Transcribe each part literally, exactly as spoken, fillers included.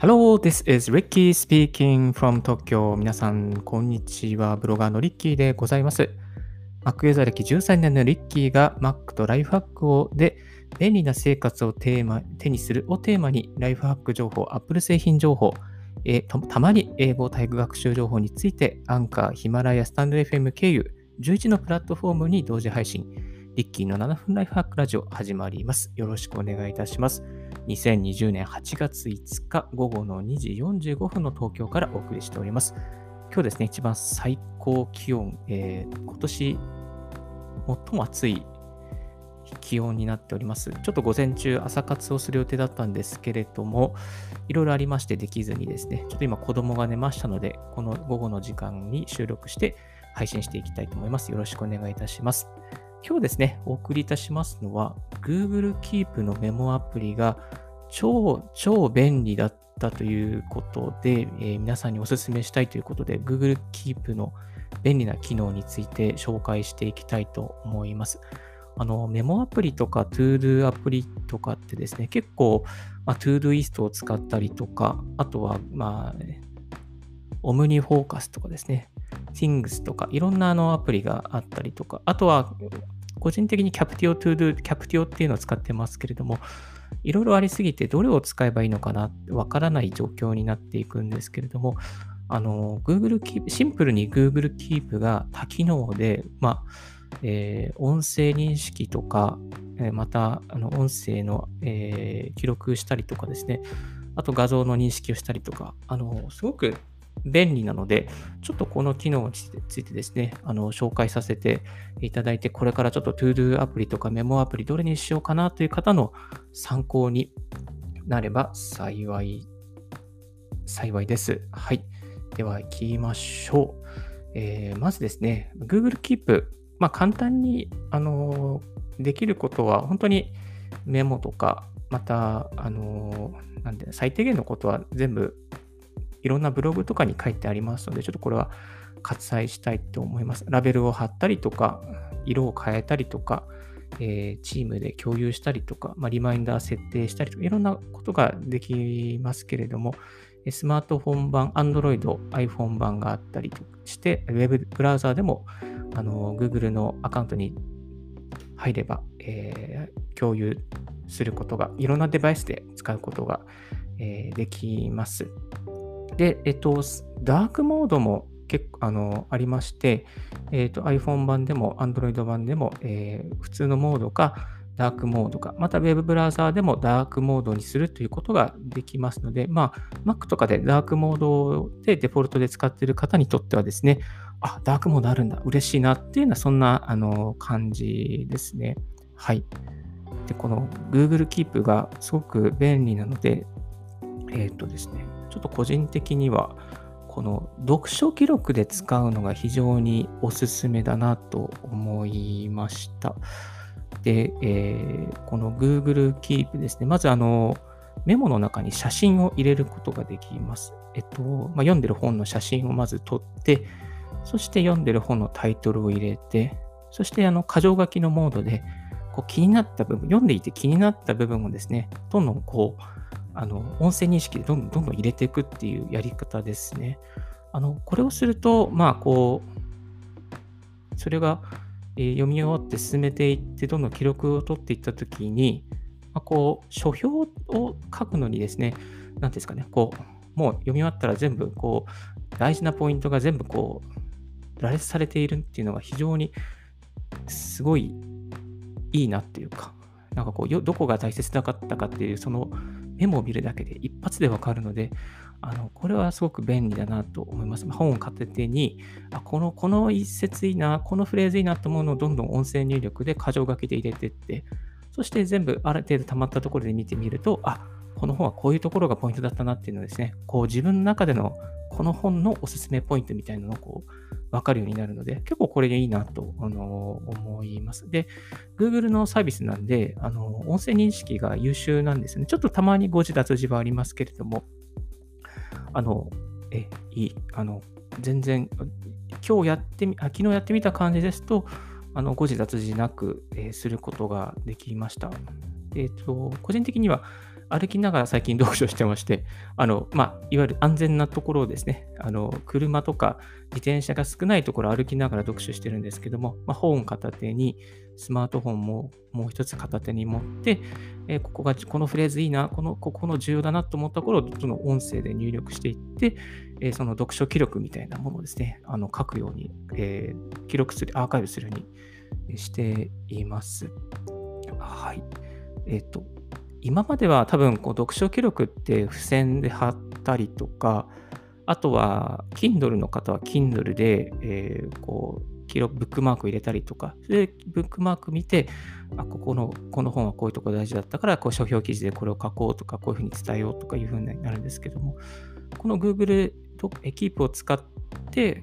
Hello, this is Ricky speaking from Tokyo. 皆さん、こんにちは。ブロガーのリッキーでございます。Mac ユーザー歴じゅうさんねんのリッキーが Mac とライフハックをで便利な生活をテーマ手にするをテーマにライフハック情報、Apple 製品情報、えーとたまに英語体育学習情報についてアンカー、ヒマラヤ、スタンド エフエム 経由じゅういちのプラットフォームに同時配信。リッキーのななふんライフハックラジオ始まります。よろしくお願いいたします。にせんにじゅうねんはちがついつか午後のにじよんじゅうごふんの東京からお送りしております。今日ですね、一番最高気温、えー、今年最も暑い気温になっております。ちょっと午前中朝活をする予定だったんですけれども、いろいろありましてできずにですね、ちょっと今子供が寝ましたので、この午後の時間に収録して配信していきたいと思います。よろしくお願いいたします。今日ですね、お送りいたしますのは、Google Keep のメモアプリが超超便利だったということで、えー皆さんにお勧めしたいということで、Google Keep の便利な機能について紹介していきたいと思います。あの、メモアプリとか ToDo アプリとかってですね、結構、まあ、ToDoist を使ったりとか、あとは、まあ、OmniFocus とかですね、Things とか、いろんなあのアプリがあったりとか、あとは、個人的に Captio ToDo、Captio っていうのを使ってますけれども、いろいろありすぎてどれを使えばいいのかなってわからない状況になっていくんですけれども、あの、Google Keep、シンプルに Google Keep が多機能で、まあ、えー音声認識とか、えーまた、あの、音声の、えー記録したりとかですね、あと画像の認識をしたりとか、あの、すごく便利なので、ちょっとこの機能についてですね、あの、紹介させていただいて、これからちょっと ToDo アプリとかメモアプリどれにしようかなという方の参考になれば幸い、幸いです。はい。では行きましょう。えーまずですね、Google Keep、まあ、簡単に、あのーできることは、本当にメモとか、また、あのーなんで、最低限のことは全部、いろんなブログとかに書いてありますので、ちょっとこれは割愛したいと思います。ラベルを貼ったりとか、色を変えたりとか、えーチームで共有したりとか、まあ、リマインダー設定したりとか、いろんなことができますけれども、えスマートフォン版、Android、iPhone 版があったりとして、ウェブブラウザーでもあの Google のアカウントに入れば、えー共有することが、いろんなデバイスで使うことが、えーできます。で、えっと、ダークモードも結構あのありまして、えっと、iPhone 版でも Android 版でも、えー普通のモードかダークモードか、また Web ブラウザーでもダークモードにするということができますので、まあ、Mac とかでダークモードでデフォルトで使っている方にとってはですね、あ、ダークモードあるんだ、嬉しいなっていうのはそんなあの感じですね。はい。で、この Google Keep がすごく便利なので、えっとですね、ちょっと個人的には、この読書記録で使うのが非常におすすめだなと思いました。で、えーこの Google Keep ですね、まずあの、メモの中に写真を入れることができます。えっと、まあ、読んでる本の写真をまず撮って、そして読んでる本のタイトルを入れて、そしてあの、箇条書きのモードで、こう気になった部分、読んでいて気になった部分をですね、どんどんこう、あの、音声認識でどんどんどんどん入れていくっていうやり方ですね。あの、これをすると、まあ、こう、それが、えー読み終わって進めていって、どんどん記録を取っていったときに、まあ、こう、書評を書くのにですね、なんていうんですかね、こう、もう読み終わったら全部、こう、大事なポイントが全部、こう、羅列されているっていうのが非常にすごいいいなっていうか、なんかこう、よどこが大切だったかっていう、そのメモを見るだけで一発でわかるので、あの、これはすごく便利だなと思います。まあ本を片手に、あ、この、この一節いいな、このフレーズいいなと思うのをどんどん音声入力で箇条書きで入れていって、そして全部ある程度溜まったところで見てみると、あ、この本はこういうところがポイントだったなっていうのをですね、こう自分の中でのこの本のおすすめポイントみたいなのをこう分かるようになるので、結構これでいいなと、あの思います。で、Google のサービスなんで、あの音声認識が優秀なんですね。ちょっとたまに誤字脱字はありますけれども、あの、え、いい、あの、全然、今日やってみ、あ、昨日やってみた感じですと、あの、誤字脱字なく、えーすることができました。えっと、個人的には歩きながら最近読書してまして、あの、まあ、いわゆる安全なところをですね、あの、車とか自転車が少ないところを歩きながら読書してるんですけども、まあ、本片手に、スマートフォンももう一つ片手に持って、えーここが、このフレーズいいな、この、ここの重要だなと思った頃、その音声で入力していって、えーその読書記録みたいなものをですね、あの書くように、えー記録する、アーカイブするようにしています。はい。えっと、今までは多分こう読書記録って付箋で貼ったりとか、あとは Kindle の方は Kindle で、えーこう記録、ブックマーク入れたりとか、で、ブックマーク見て、あ、ここの、この本はこういうところ大事だったから、こう書評記事でこれを書こうとか、こういうふうに伝えようとかいうふうになるんですけども、この Google とえ Keep を使って、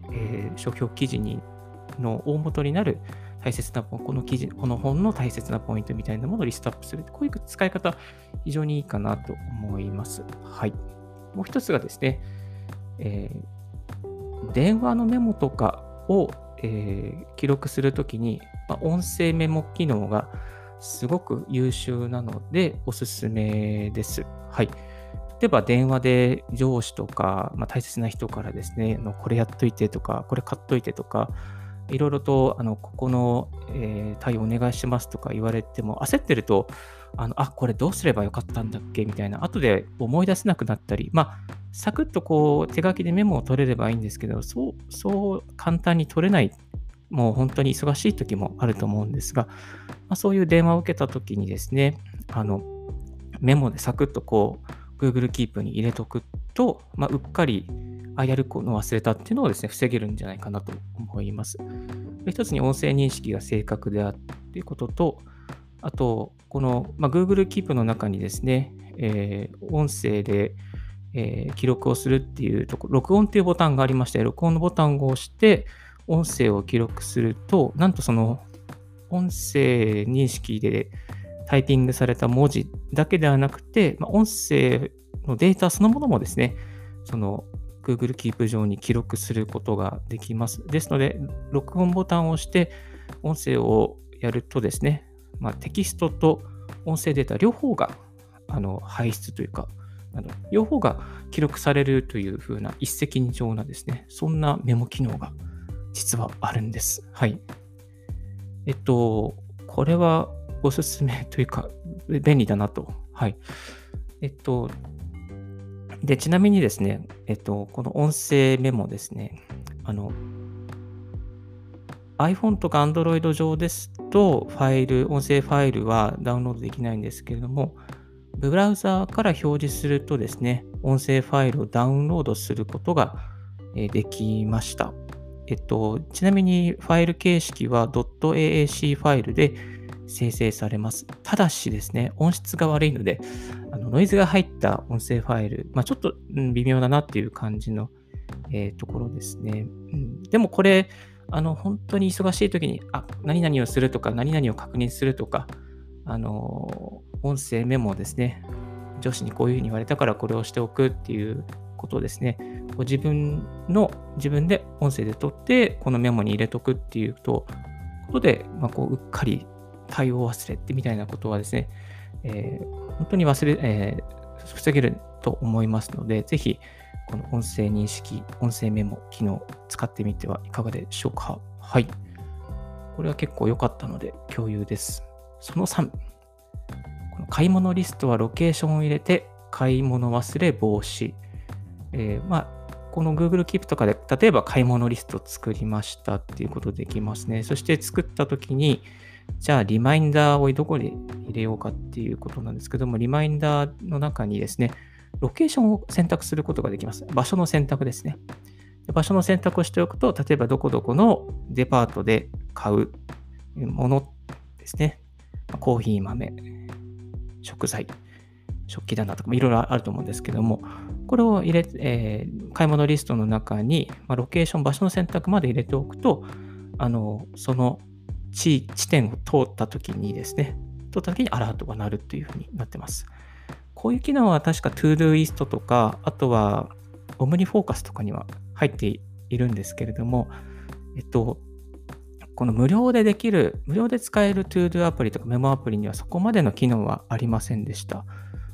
えー書評記事にの大元になる大切なポイント、この記事、この本の大切なポイントみたいなものをリストアップする。こういう使い方、非常にいいかなと思います。はい。もう一つがですね、えー電話のメモとかを、えー記録するときに、まあ、音声メモ機能がすごく優秀なので、おすすめです。はい。例えば電話で上司とか、まあ、大切な人からですね、あのこれやっといてとか、これ買っといてとか、いろいろとあのここの、えー対応お願いしますとか言われても、焦ってると、あのあ、これどうすればよかったんだっけみたいな、後で思い出せなくなったり、まあ、サクッとこう手書きでメモを取れればいいんですけど、そう、そう簡単に取れない、もう本当に忙しい時もあると思うんですが、まあ、そういう電話を受けた時にですね、あのメモでサクッとこう Google Keep に入れとくと、まあ、うっかりあやるの忘れたっていうのをですね、防げるんじゃないかなと思います。で一つに音声認識が正確であるということと、あと、この、まあ、Google Keep の中にですね、えー音声で、えー記録をするっていうところ、録音っていうボタンがありまして、録音のボタンを押して、音声を記録すると、なんとその音声認識でタイピングされた文字だけではなくて、まあ、音声のデータそのものもですね、その Google Keep 上に記録することができます。ですので、録音ボタンを押して音声をやるとですね、まあ、テキストと音声データ両方があの排出というか、あの両方が記録されるというふうな一石二鳥なですね、そんなメモ機能が実はあるんです。はい。えっと、これはおすすめというか、便利だなと。はい。えっと、で、ちなみにですね、えっと、この音声メモですね、あの、iPhone とか Android 上ですと、ファイル、音声ファイルはダウンロードできないんですけれども、ブラウザーから表示するとですね、音声ファイルをダウンロードすることがえーできました。えっと、ちなみにファイル形式は .aac ファイルで生成されます。ただしですね、音質が悪いので、あのノイズが入った音声ファイル、まあ、ちょっと、うん、微妙だなっていう感じの、えーところですね。うん、でもこれ、あの本当に忙しい時に、あ、何々をするとか、何々を確認するとか、あの音声メモをですね、上司にこういうふうに言われたからこれをしておくっていうことをですね、こう自分の、自分で音声で取って、このメモに入れとくっていうと、ことで、まあ、こううっかり対応忘れってみたいなことはですね、えー本当に忘れ、えー防げると思いますので、ぜひ、この音声認識、音声メモ機能使ってみてはいかがでしょうか。はい。これは結構良かったので共有です。そのさん、この買い物リストはロケーションを入れて買い物忘れ防止。えーまあ、この Google Keep とかで、例えば買い物リストを作りましたっていうことできますね。そして作ったときに、じゃあリマインダーをどこに入れようかっていうことなんですけども、リマインダーの中にですね、ロケーションを選択することができます。場所の選択ですね。で場所の選択をしておくと、例えばどこどこのデパートで買うものですね。コーヒー豆、食材、食器棚とかもいろいろあると思うんですけども、これを入れ、えー買い物リストの中に、まあ、ロケーション、場所の選択まで入れておくと、あのその地地点を通ったときにですね、通ったときにアラートが鳴るというふうになってます。こういう機能は確か ToDoist とか、あとは OmniFocus とかには入っているんですけれども、えっと、この無料でできる、無料で使える ToDo アプリとかメモアプリにはそこまでの機能はありませんでした。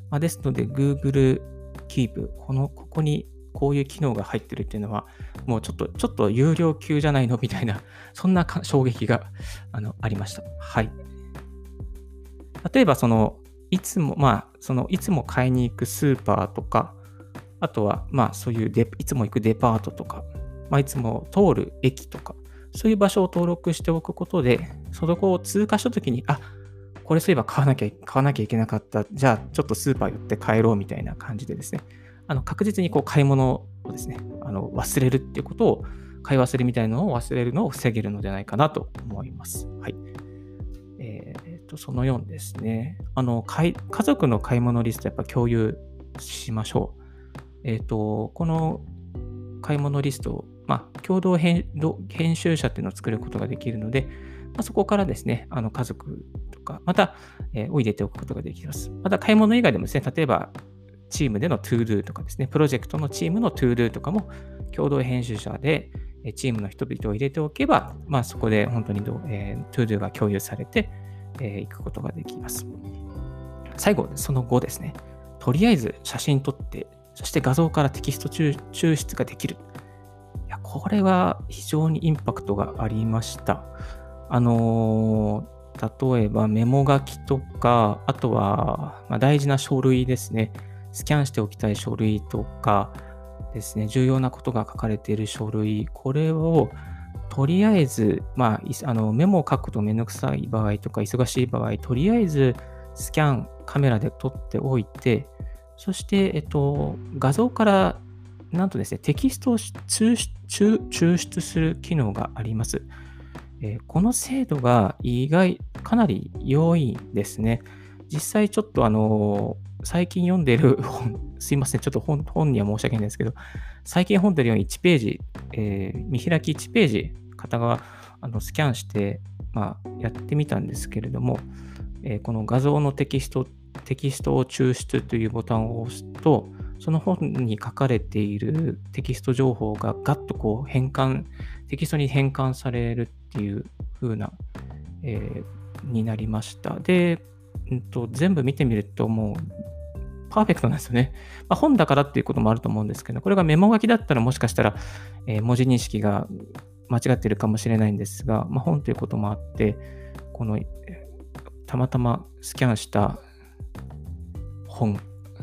まあ、ですので、Google Keep、この、ここにこういう機能が入ってるっていうのは、もうちょっと、ちょっと有料級じゃないのみたいな、そんなか衝撃があのありました。はい。例えば、その、いつも、まあ、その、いつも買いに行くスーパーとか、あとは、まあ、そういうデ、いつも行くデパートとか、まあ、いつも通る駅とか、そういう場所を登録しておくことで、そこを通過したときに、あ、これそういえば買わなきゃ、買わなきゃいけなかった。じゃあ、ちょっとスーパー寄って帰ろうみたいな感じでですね、あの、確実にこう買い物をですね、あの、忘れるっていうことを、買い忘れみたいなのを忘れるのを防げるのではないかなと思います。はい。えーと、そのよんですね。あの、買い家族の買い物リストやっぱ共有しましょう。えっと、この買い物リストを、まあ、共同編編集者っていうのを作ることができるので、まあ、そこからですね、あの家族とか、また、えーを入れておくことができます。また、買い物以外でもですね、例えば、チームでの ToDo とかですね、プロジェクトのチームの ToDo とかも、共同編集者で、えーチームの人々を入れておけば、まあ、そこで本当にどう、えー ToDo が共有されて、えー行くことができます。最後、そのごですね。とりあえず写真撮って、そして画像からテキスト抽抽出ができる。いや、これは非常にインパクトがありました。あのー例えばメモ書きとか、あとは、まあ、大事な書類ですね。スキャンしておきたい書類とかですね、重要なことが書かれている書類、これをとりあえず、まあ、いあのメモを書くとめんどくさい場合とか忙しい場合、とりあえずスキャン、カメラで撮っておいて、そして、えっと、画像からなんとですね、テキストを抽出抽出する機能があります。えーこの精度が意外、かなり良いですね。実際ちょっとあのー最近読んでいる本、すいません、ちょっと本本には申し訳ないんですけど、最近本でるようにいちページ、えー見開きいちページ、片側あのスキャンして、まあ、やってみたんですけれども、えーこの画像のテキスト、テキストを抽出というボタンを押すと、その本に書かれているテキスト情報がガッとこう変換、テキストに変換されるっていう風な、えーになりました。で、うんと、全部見てみるともうパーフェクトなんですよね。まあ、本だからっていうこともあると思うんですけど、これがメモ書きだったらもしかしたら、えー文字認識が間違っているかもしれないんですが、まあ、本ということもあって、この、えーたまたまスキャンした本、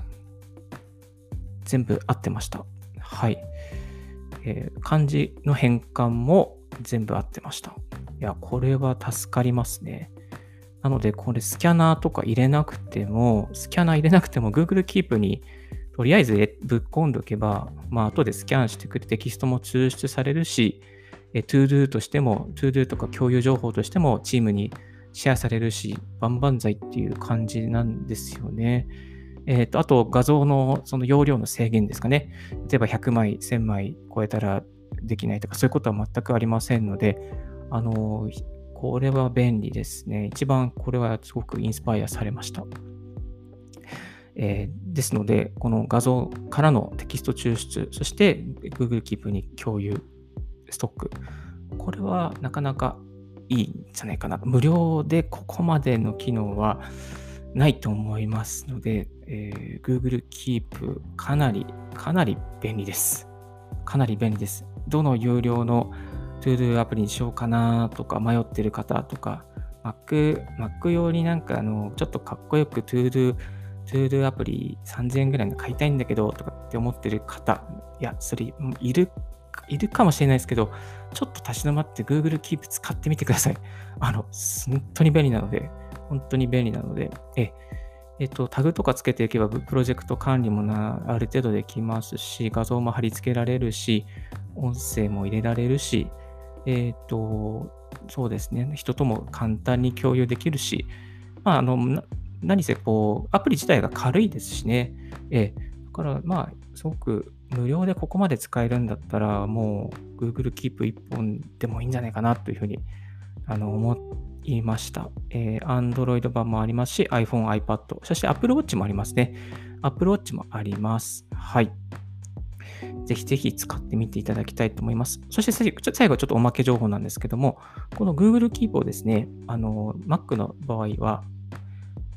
全部合ってました。はい。えー漢字の変換も全部合ってました。いや、これは助かりますね。なので、これスキャナーとか入れなくても、スキャナー入れなくても Google Keep にとりあえずぶっ込んでおけば、まあ、後でスキャンしてくるテキストも抽出されるし、え ToDo としても、ToDo とか共有情報としてもチームにシェアされるし、万々歳っていう感じなんですよね。えっと、あと画像のその容量の制限ですかね。例えばひゃくまい、せんまい超えたらできないとか、そういうことは全くありませんので、あの、これは便利ですね。一番これはすごくインスパイアされました。えーですので、この画像からのテキスト抽出、そして Google Keep に共有、ストック。これはなかなかいいんじゃないかな。無料でここまでの機能はないと思いますので、えー Google Keep かなり、かなり便利です。かなり便利です。どの有料の ToDo アプリにしようかなとか迷ってる方とか、Mac、Mac 用になんかあの、ちょっとかっこよく ToDo、ToDo アプリさんぜんえんぐらいの買いたいんだけどとかって思ってる方、いや、それいる、いるかもしれないですけど、ちょっと立ち止まって Google Keep 使ってみてください。あの、本当に便利なので、本当に便利なので、え、えっと、タグとかつけていけば、プロジェクト管理もなある程度できますし、画像も貼り付けられるし、音声も入れられるし、えっと、そうですね、人とも簡単に共有できるし、まあ、あの、な何せこう、アプリ自体が軽いですしね。ええ、だから、まあ、すごく無料でここまで使えるんだったら、もう Google Keep 一本でもいいんじゃないかなというふうにあの思いました。えー Android 版もありますし、iPhone、iPad、そして Apple Watch もありますね。Apple Watch もあります。はい。ぜひぜひ使ってみていただきたいと思います。そして最後、ちょ最後ちょっとおまけ情報なんですけども、この Google Keep をですね、あの Mac の場合は、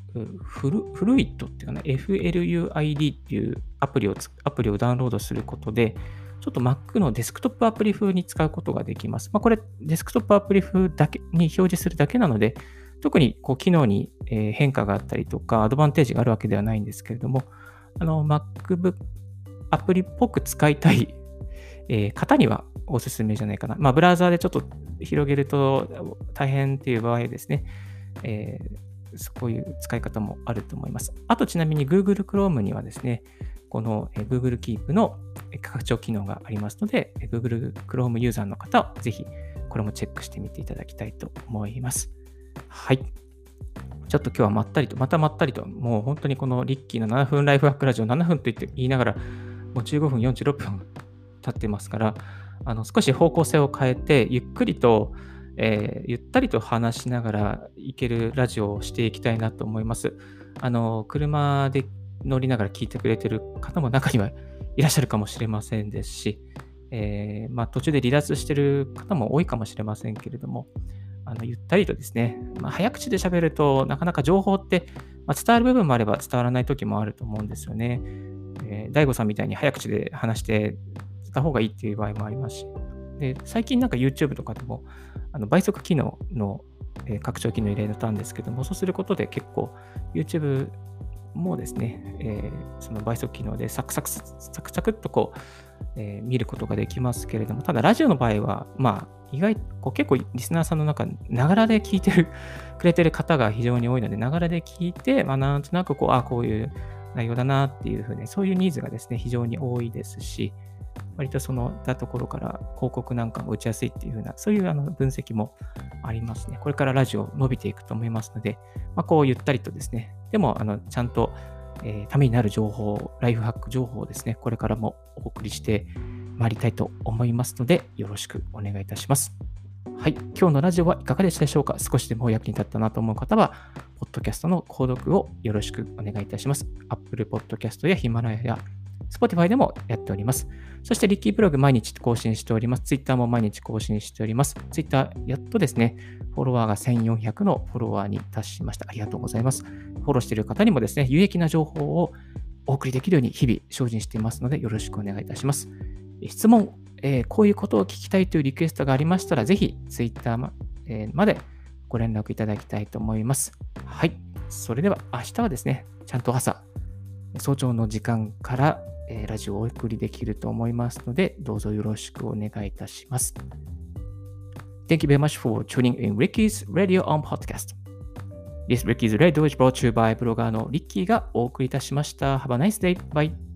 フル、フルイットっていうかな、エフエルユーアイディー っていうアプリをつ、アプリをダウンロードすることで、ちょっと Mac のデスクトップアプリ風に使うことができます。まあ、これ、デスクトップアプリ風だけに表示するだけなので、特にこう機能にえー変化があったりとか、アドバンテージがあるわけではないんですけれども、あの MacBook アプリっぽく使いたい、えー方にはおすすめじゃないかな。まあ、ブラウザーでちょっと広げると大変っていう場合ですね、えーそういう使い方もあると思います。あとちなみに Google Chrome にはですね、このえー Google Keep のえー拡張機能がありますので、えー Google Chrome ユーザーの方はぜひこれもチェックしてみていただきたいと思います。はい。ちょっと今日はまったりと、またまったりと、もう本当にこのリッキーのななふんライフハックラジオななふんと言って言いながら、もうじゅうごふんよんじゅうろっぷん経ってますから、あの少し方向性を変えて、ゆっくりと、えーゆったりと話しながらいけるラジオをしていきたいなと思います。あの、車で乗りながら聞いてくれてる方も中にはいらっしゃるかもしれませんですし、えーまあ、途中で離脱してる方も多いかもしれませんけれども、あのゆったりとですね、まあ、早口で喋るとなかなか情報って、まあ、伝わる部分もあれば伝わらない時もあると思うんですよね。えー、大悟さんみたいに早口で話してた方がいいっていう場合もありますし。で、最近なんか YouTube とかでもあの倍速機能の、えー拡張機能入れたんですけども、そうすることで結構 YouTube もですね、えーその倍速機能でサクサクサクサクっとこう、えー見ることができますけれども、ただラジオの場合は、まあ、意外こう結構リスナーさんの中、ながらで聞いてるくれてる方が非常に多いので、ながらで聞いて、まあ、なんとなくこう、あ、こういう内容だなっていうふうに、そういうニーズがですね、非常に多いですし、割とそのたところから広告なんかも打ちやすいっていう風な、そういうあの分析もありますね。これからラジオ伸びていくと思いますので、まあ、こうゆったりとですね、でもあのちゃんと、えーためになる情報、ライフハック情報をですね、これからもお送りしてまいりたいと思いますので、よろしくお願いいたします。はい、今日のラジオはいかがでしたでしょうか。少しでもお役に立ったなと思う方は、ポッドキャストの購読をよろしくお願いいたします。Apple Podcast やヒマラヤや Spotify でもやっております。そして、リッキーブログ毎日更新しております。Twitter も毎日更新しております。Twitter、やっとですね、フォロワーがせんよんひゃくのフォロワーに達しました。ありがとうございます。フォローしている方にもですね、有益な情報をお送りできるように日々精進していますので、よろしくお願いいたします。質問、えーこういうことを聞きたいというリクエストがありましたら、ぜひ Twitter ま,、えーまでご連絡いただきたいと思います。はい。それでは明日はですね、ちゃんと朝、早朝の時間から、えーラジオをお送りできると思いますので、どうぞよろしくお願いいたします。Thank you very much for tuning in Ricky's Radio on Podcast. This Ricky's Radio is brought to you by ブロガーのリッキーがお送りいたしました。Have a nice day. Bye.